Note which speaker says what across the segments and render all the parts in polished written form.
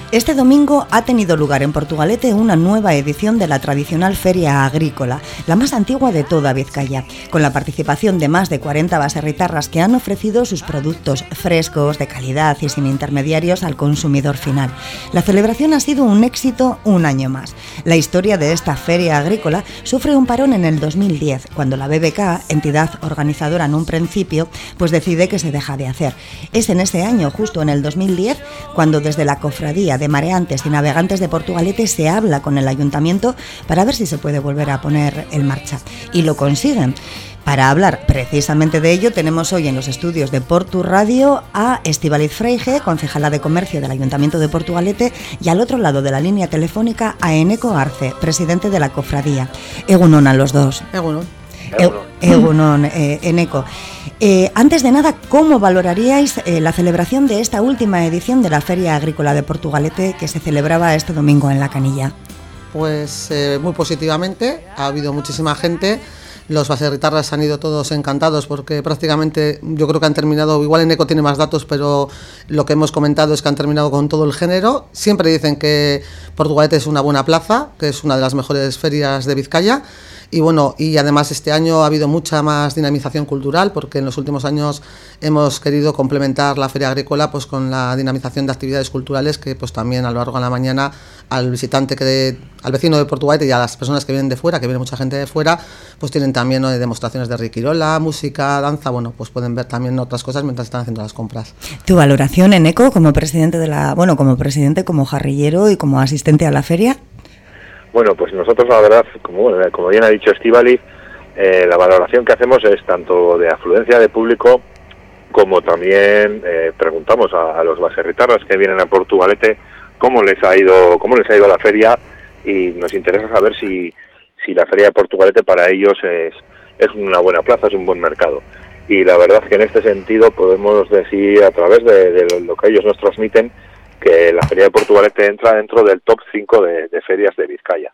Speaker 1: Este domingo ha tenido lugar en Portugalete una nueva edición de la tradicional Feria Agrícola, la más antigua de toda Vizcaya, con la participación de más de 40 baserritarras que han ofrecido sus productos frescos, de calidad y sin intermediarios al consumidor final. La celebración ha sido un éxito un año más. La historia de esta Feria Agrícola sufre un parón en el 2010, cuando la BBK, entidad organizadora en un principio, pues decide que se deja de hacer. Es en ese año, justo en el 2010, cuando desde la cofradía de Mareantes y Navegantes de Portugalete se habla con el ayuntamiento para ver si se puede volver a poner en marcha. Y lo consiguen. Para hablar precisamente de ello, tenemos hoy en los estudios de Portu Radio a Estíbaliz Freige, concejala de Comercio del Ayuntamiento de Portugalete, y al otro lado de la línea telefónica a Eneco Arce, presidente de la cofradía. Egunon a los dos.
Speaker 2: Egunon.
Speaker 1: Egunon, Eneco. Antes de nada, ¿cómo valoraríais la celebración de esta última edición de la Feria Agrícola de Portugalete que se celebraba este domingo en La Canilla?
Speaker 2: Pues muy positivamente, ha habido muchísima gente. Los baserritarras han ido todos encantados porque prácticamente yo creo que han terminado, igual Eneco tiene más datos, pero lo que hemos comentado es que han terminado con todo el género. Siempre dicen que Portugalete es una buena plaza, que es una de las mejores ferias de Vizcaya. Y bueno, y además este año ha habido mucha más dinamización cultural porque en los últimos años hemos querido complementar la Feria Agrícola pues con la dinamización de actividades culturales que pues también a lo largo de la mañana al visitante, al vecino de Portugalete y a las personas que vienen de fuera, que viene mucha gente de fuera, pues tienen también demostraciones de riquirola, música, danza, bueno, pues pueden ver también otras cosas mientras están haciendo las compras.
Speaker 1: ¿Tu valoración, Eneco, como presidente como jarrillero y como asistente a la feria?
Speaker 3: Bueno, pues nosotros la verdad, como bien ha dicho Estíbaliz, la valoración que hacemos es tanto de afluencia de público como también preguntamos a los baserritarras que vienen a Portugalete cómo les ha ido la feria y nos interesa saber si la feria de Portugalete para ellos es una buena plaza, es un buen mercado. Y la verdad que en este sentido podemos decir a través de lo que ellos nos transmiten que la feria de Portugalete entra dentro del top 5 de ferias de Vizcaya.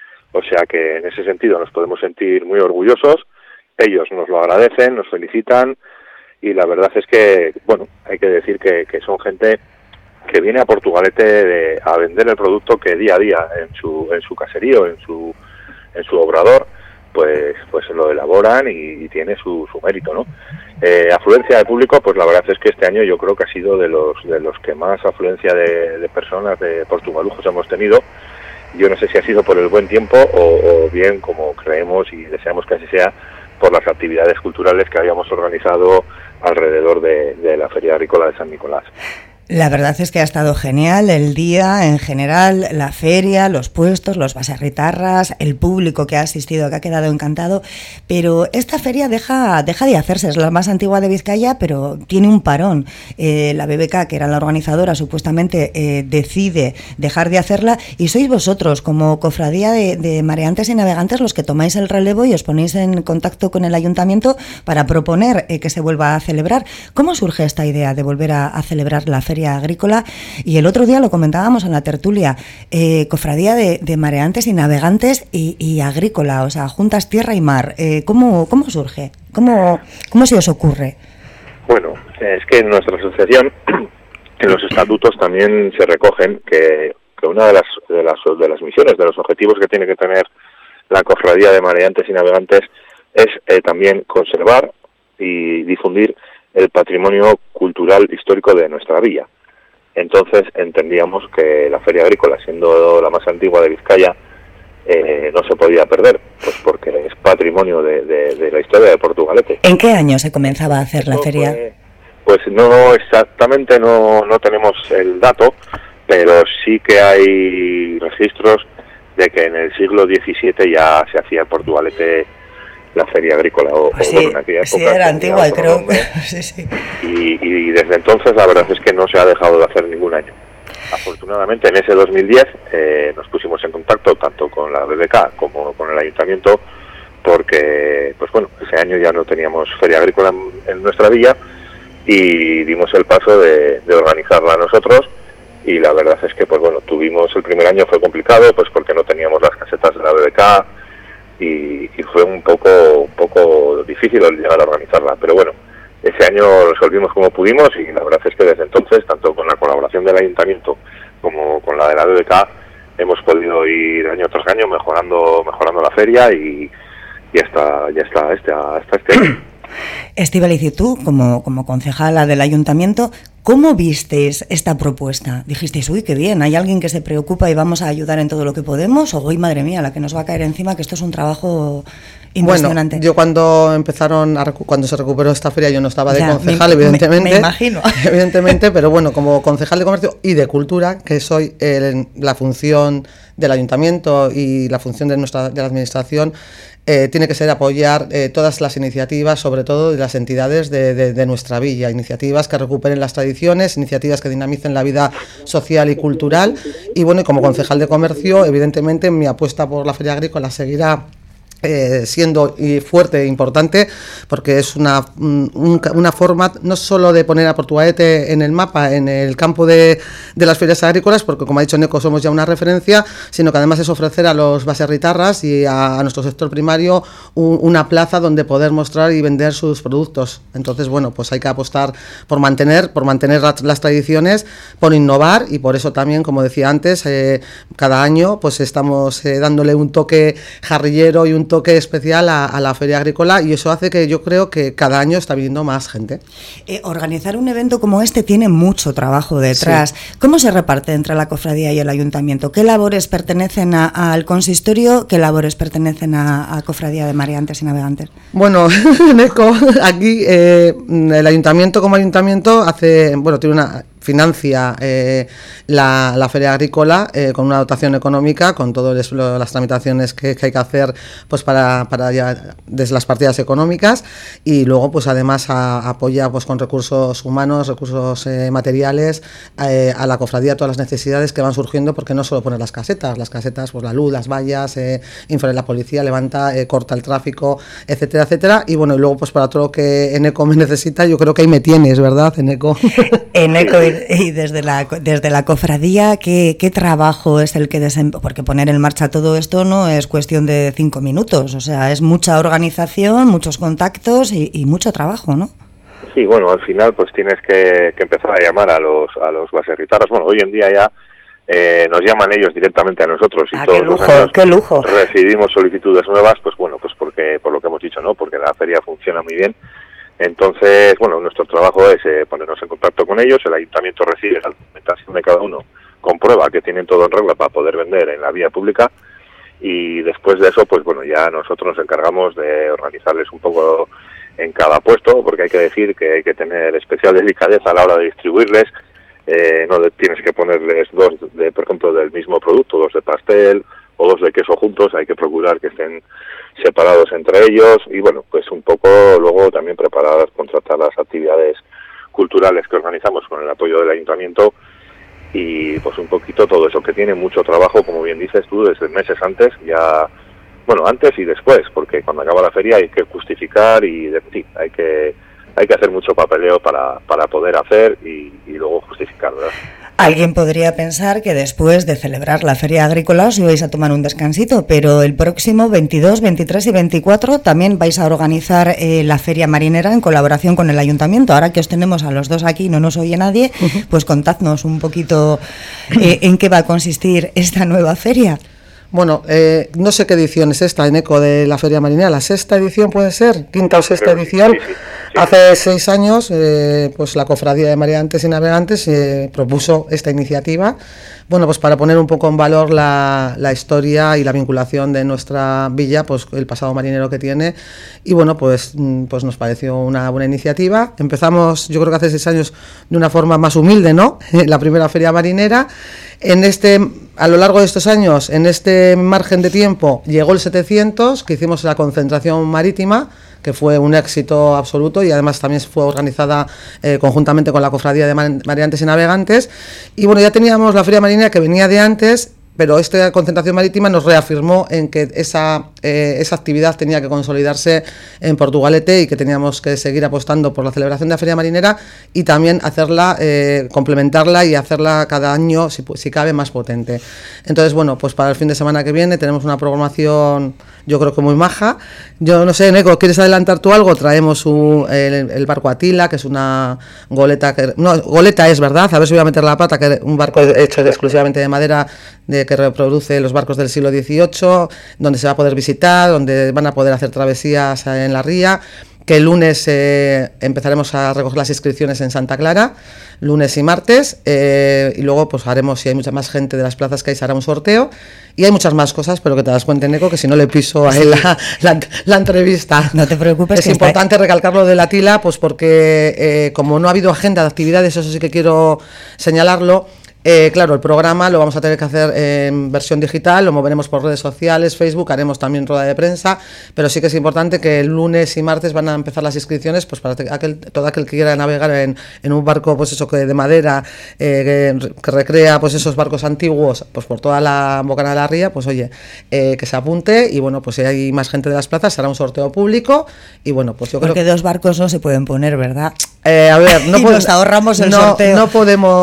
Speaker 3: O sea que en ese sentido nos podemos sentir muy orgullosos, ellos nos lo agradecen, nos felicitan y la verdad es que, bueno, hay que decir que son gente que viene a Portugalete a vender el producto que día a día en su caserío, en su obrador, pues lo elaboran y tiene su mérito, ¿no? Afluencia de público, pues la verdad es que este año yo creo que ha sido de los que más afluencia de personas de portugalujos hemos tenido. Yo no sé si ha sido por el buen tiempo o bien, como creemos y deseamos que así sea, por las actividades culturales que habíamos organizado alrededor de la Feria Agrícola de San Nicolás.
Speaker 1: La verdad es que ha estado genial el día en general, la feria, los puestos, los baserritarras, el público que ha asistido, que ha quedado encantado, pero esta feria deja de hacerse, es la más antigua de Vizcaya, pero tiene un parón. La BBK, que era la organizadora, supuestamente decide dejar de hacerla y sois vosotros, como cofradía de Mareantes y Navegantes, los que tomáis el relevo y os ponéis en contacto con el ayuntamiento para proponer que se vuelva a celebrar. ¿Cómo surge esta idea de volver a celebrar la feria agrícola? Y el otro día lo comentábamos en la tertulia, cofradía de Mareantes y Navegantes y agrícola, o sea, juntas tierra y mar. ¿Cómo surge? ¿Cómo se os ocurre?
Speaker 3: Bueno, es que en nuestra asociación, en los estatutos también se recogen que una de las misiones, de los objetivos que tiene que tener la cofradía de Mareantes y Navegantes es también conservar y difundir el patrimonio cultural histórico de nuestra villa. Entonces entendíamos que la Feria Agrícola, siendo la más antigua de Vizcaya, no se podía perder, pues porque es patrimonio de la historia de Portugalete.
Speaker 1: ¿En qué año se comenzaba a hacer la feria?
Speaker 3: Pues no exactamente, no tenemos el dato, pero sí que hay registros de que en el siglo XVII ya se hacía en Portugalete la Feria Agrícola en aquella época.
Speaker 1: Sí, era antigua, creo. Sí.
Speaker 3: Y desde entonces la verdad es que no se ha dejado de hacer ningún año. Afortunadamente en ese 2010 nos pusimos en contacto tanto con la BBK como con el ayuntamiento porque, pues bueno, ese año ya no teníamos Feria Agrícola en nuestra villa y dimos el paso de organizarla nosotros y la verdad es que, pues bueno, el primer año fue complicado pues porque no teníamos las casetas de la BBK y fue un poco difícil llegar a organizarla, pero bueno, ese año lo resolvimos como pudimos y la verdad es que desde entonces, tanto con la colaboración del ayuntamiento como la de la DBK hemos podido ir año tras año mejorando la feria y hasta este año.
Speaker 1: Estíbaliz, y tú, como concejala del ayuntamiento, ¿cómo visteis esta propuesta? ¿Dijisteis, uy, qué bien, hay alguien que se preocupa y vamos a ayudar en todo lo que podemos? ¿O, uy, madre mía, la que nos va a caer encima, que esto es un trabajo impresionante?
Speaker 2: Bueno, yo cuando se recuperó esta feria, yo no estaba de concejal, evidentemente.
Speaker 1: Me imagino.
Speaker 2: Evidentemente, pero bueno, como concejal de comercio y de cultura, que soy la función del ayuntamiento y la función de la administración, tiene que ser apoyar todas las iniciativas, sobre todo de las entidades de nuestra villa, iniciativas que recuperen las tradiciones, iniciativas que dinamicen la vida social y cultural. Y bueno, y como concejal de comercio, evidentemente mi apuesta por la feria agrícola seguirá siendo fuerte e importante, porque es una forma no solo de poner a Portugalete en el mapa, en el campo de las ferias agrícolas, porque como ha dicho Neco, somos ya una referencia, sino que además es ofrecer a los baserritarras y a nuestro sector primario una plaza donde poder mostrar y vender sus productos. Entonces, bueno, pues hay que apostar por mantener las tradiciones, por innovar, y por eso también, como decía antes, cada año pues estamos dándole un toque jarrillero y un toque especial a la feria agrícola, y eso hace que yo creo que cada año está viniendo más gente.
Speaker 1: Organizar un evento como este tiene mucho trabajo detrás. Sí. ¿Cómo se reparte entre la cofradía y el ayuntamiento? ¿Qué labores pertenecen al consistorio? ¿Qué labores pertenecen a Cofradía de Mareantes y Navegantes?
Speaker 2: Bueno, Neco, aquí el ayuntamiento como ayuntamiento financia la feria agrícola con una dotación económica, con todas las tramitaciones que hay que hacer pues para ya desde las partidas económicas, y luego pues además apoya pues con recursos humanos, recursos materiales a la cofradía, todas las necesidades que van surgiendo, porque no solo poner las casetas pues la luz, las vallas, la policía levanta, corta el tráfico, etcétera, etcétera, y bueno, y luego pues para todo lo que Eneco me necesita, yo creo que ahí me tienes, ¿verdad, Eneco?
Speaker 1: Eneco, y desde la cofradía, ¿qué trabajo es el que porque poner en marcha todo esto no es cuestión de 5 minutos, o sea, es mucha organización, muchos contactos y mucho trabajo, ¿no?
Speaker 3: Sí, bueno, al final pues tienes que empezar a llamar a los baserritarras. Bueno, hoy en día ya nos llaman ellos directamente a nosotros y todos los años
Speaker 1: qué lujo.
Speaker 3: Recibimos solicitudes nuevas, pues bueno, pues por lo que hemos dicho, ¿no? Porque la feria funciona muy bien. Entonces, bueno, nuestro trabajo es ponernos en contacto con ellos, el ayuntamiento recibe la documentación de cada uno, comprueba que tienen todo en regla para poder vender en la vía pública, y después de eso, pues bueno, ya nosotros nos encargamos de organizarles un poco en cada puesto, porque hay que decir que hay que tener especial delicadeza a la hora de distribuirles. No tienes que ponerles dos, por ejemplo, del mismo producto, 2 de pastel o 2 de queso juntos, hay que procurar que estén separados entre ellos, y bueno, pues un poco luego también contratar las actividades culturales que organizamos con el apoyo del ayuntamiento, y pues un poquito todo eso, que tiene mucho trabajo, como bien dices tú, desde meses antes, ya, bueno, antes y después, porque cuando acaba la feria hay que justificar y hay que hacer mucho papeleo para poder hacer y luego justificar, ¿verdad?
Speaker 1: Alguien podría pensar que después de celebrar la feria agrícola os ibais a tomar un descansito, pero el próximo 22, 23 y 24 también vais a organizar la feria marinera en colaboración con el ayuntamiento. Ahora que os tenemos a los dos aquí, no nos oye nadie, pues contadnos un poquito en qué va a consistir esta nueva feria.
Speaker 2: Bueno, no sé qué edición es esta, Eneco, de la Feria Marinera. ¿La 6ª edición puede ser? ¿5ª o 6ª edición? Sí. Hace 6 años, pues la Cofradía de Mareantes y Navegantes propuso esta iniciativa, bueno, pues para poner un poco en valor la historia y la vinculación de nuestra villa, pues el pasado marinero que tiene, y bueno, pues nos pareció una buena iniciativa. Empezamos, yo creo que hace 6 años, de una forma más humilde, ¿no? La primera feria marinera. A lo largo de estos años, en este margen de tiempo, llegó el 700, que hicimos la concentración marítima, que fue un éxito absoluto, y además también fue organizada conjuntamente con la Cofradía de Mareantes y Navegantes. Y bueno, ya teníamos la feria marinera que venía de antes, pero esta concentración marítima nos reafirmó en que esa actividad tenía que consolidarse en Portugalete y que teníamos que seguir apostando por la celebración de la Feria Marinera y también hacerla, complementarla y hacerla cada año, si cabe, más potente. Entonces, bueno, pues para el fin de semana que viene tenemos una programación, yo creo que muy maja. Yo no sé, Neco, ¿quieres adelantar tú algo? Traemos el barco Atila, que es una goleta, goleta es verdad, a ver si voy a meter la pata, que es un barco hecho exclusivamente de madera, que reproduce los barcos del siglo XVIII, donde se va a poder visitar, donde van a poder hacer travesías en la ría, que el lunes empezaremos a recoger las inscripciones en Santa Clara, lunes y martes, y luego pues haremos, si hay mucha más gente de las plazas que hay, se hará un sorteo, y hay muchas más cosas, pero que te das cuenta, Neco, que si no le piso a él la entrevista.
Speaker 1: No te preocupes.
Speaker 2: Es importante recalcar lo de la Tila, pues porque como no ha habido agenda de actividades, eso sí que quiero señalarlo. Claro, el programa lo vamos a tener que hacer en versión digital, lo moveremos por redes sociales, Facebook, haremos también rueda de prensa, pero sí que es importante que el lunes y martes van a empezar las inscripciones, pues para todo aquel que quiera navegar en un barco, pues eso, que de madera, que recrea pues esos barcos antiguos, pues por toda la bocana de la ría, pues oye, que se apunte, y bueno, pues si hay más gente de las plazas, será un sorteo público, y bueno, pues yo creo que
Speaker 1: 2 barcos no se pueden poner, ¿verdad?
Speaker 2: A ver, no
Speaker 1: nos ahorramos el sorteo.
Speaker 2: No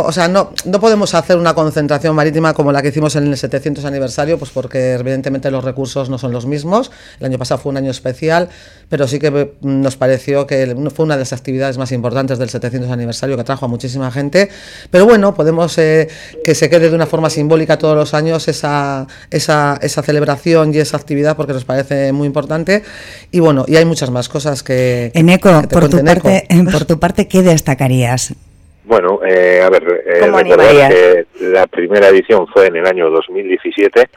Speaker 2: podemos hacer una concentración marítima como la que hicimos en el 700 aniversario, pues porque evidentemente los recursos no son los mismos. El año pasado fue un año especial, pero sí que nos pareció que fue una de las actividades más importantes del 700 aniversario, que atrajo a muchísima gente. Pero bueno, podemos que se quede de una forma simbólica todos los años esa celebración y esa actividad, porque nos parece muy importante. Y bueno, y hay muchas más cosas que...
Speaker 1: Eneco, por tu parte, ¿qué destacarías?
Speaker 3: Bueno, a ver, recordar que la primera edición fue en el año 2017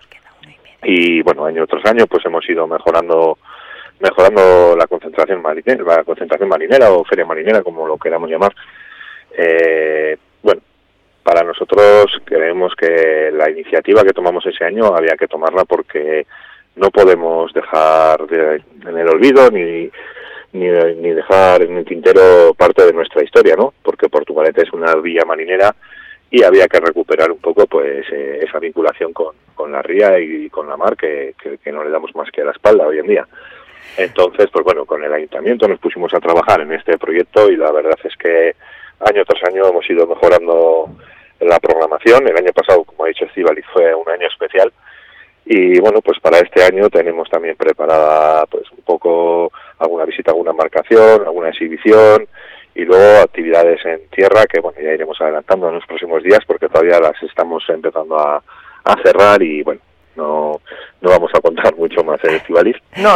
Speaker 3: y bueno, año tras año pues hemos ido mejorando la concentración marinera o feria marinera, como lo queramos llamar. Bueno, para nosotros creemos que la iniciativa que tomamos ese año había que tomarla porque no podemos dejar en el olvido ni dejar en el tintero parte de nuestra historia, ¿no? Porque Portugalete es una villa marinera y había que recuperar un poco pues esa vinculación con la ría y con la mar que no le damos más que a la espalda hoy en día. Entonces, pues bueno, con el ayuntamiento nos pusimos a trabajar en este proyecto y la verdad es que año tras año hemos ido mejorando la programación. El año pasado, como ha dicho Estíbaliz, fue un año especial. Y bueno, pues para este año tenemos también preparada pues un poco alguna visita a alguna embarcación, alguna exhibición y luego actividades en tierra que bueno, ya iremos adelantando en los próximos días porque todavía las estamos empezando a cerrar y bueno, no vamos a contar mucho más en Estíbaliz.
Speaker 2: No,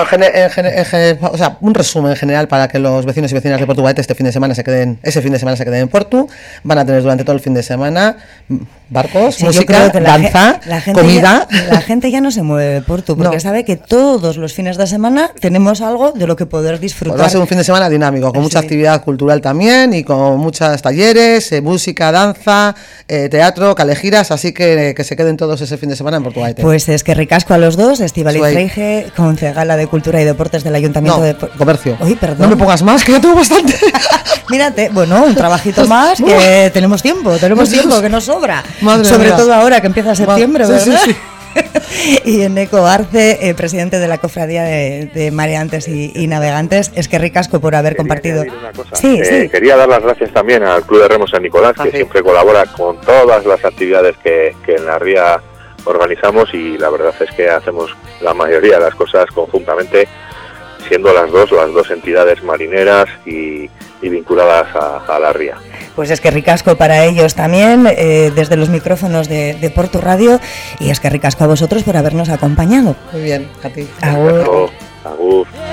Speaker 2: o sea, un resumen en general para que los vecinos y vecinas de Portugalete ese fin de semana se queden en Portu. Van a tener durante todo el fin de semana barcos, música, danza, comida.
Speaker 1: La gente ya no se mueve de Portu porque sabe que todos los fines de semana tenemos algo de lo que poder disfrutar.
Speaker 2: Va a ser un fin de semana dinámico, con mucha actividad cultural también y con muchos talleres, música, danza, teatro, calejiras, así que se queden todos ese fin de semana en Portugalete.
Speaker 1: Pues es que ricasco a los dos, Estíbaliz Freige, concejala de Cultura y Deportes del Ayuntamiento de
Speaker 2: Comercio.
Speaker 1: Uy, perdón.
Speaker 2: No me pongas más, que yo tengo bastante.
Speaker 1: Mírate, bueno, un trabajito más, que tenemos tiempo, que nos sobra.
Speaker 2: Madre
Speaker 1: sobre
Speaker 2: mía.
Speaker 1: todo ahora que empieza septiembre, ¿verdad?
Speaker 2: Sí.
Speaker 1: Y Eneco Arce, presidente de la Cofradía de Mareantes y Navegantes, es que ricasco por haber compartido.
Speaker 3: Sí. Quería dar las gracias también al Club de Remo San Nicolás, que siempre colabora con todas las actividades que en la ría organizamos y la verdad es que hacemos la mayoría de las cosas conjuntamente, siendo las dos entidades marineras y vinculadas a la ría.
Speaker 1: Pues es que ricasco para ellos también, desde los micrófonos de Portu Radio, y es que ricasco a vosotros por habernos acompañado.
Speaker 2: Muy bien, a ti.
Speaker 1: Agur.
Speaker 3: Agur.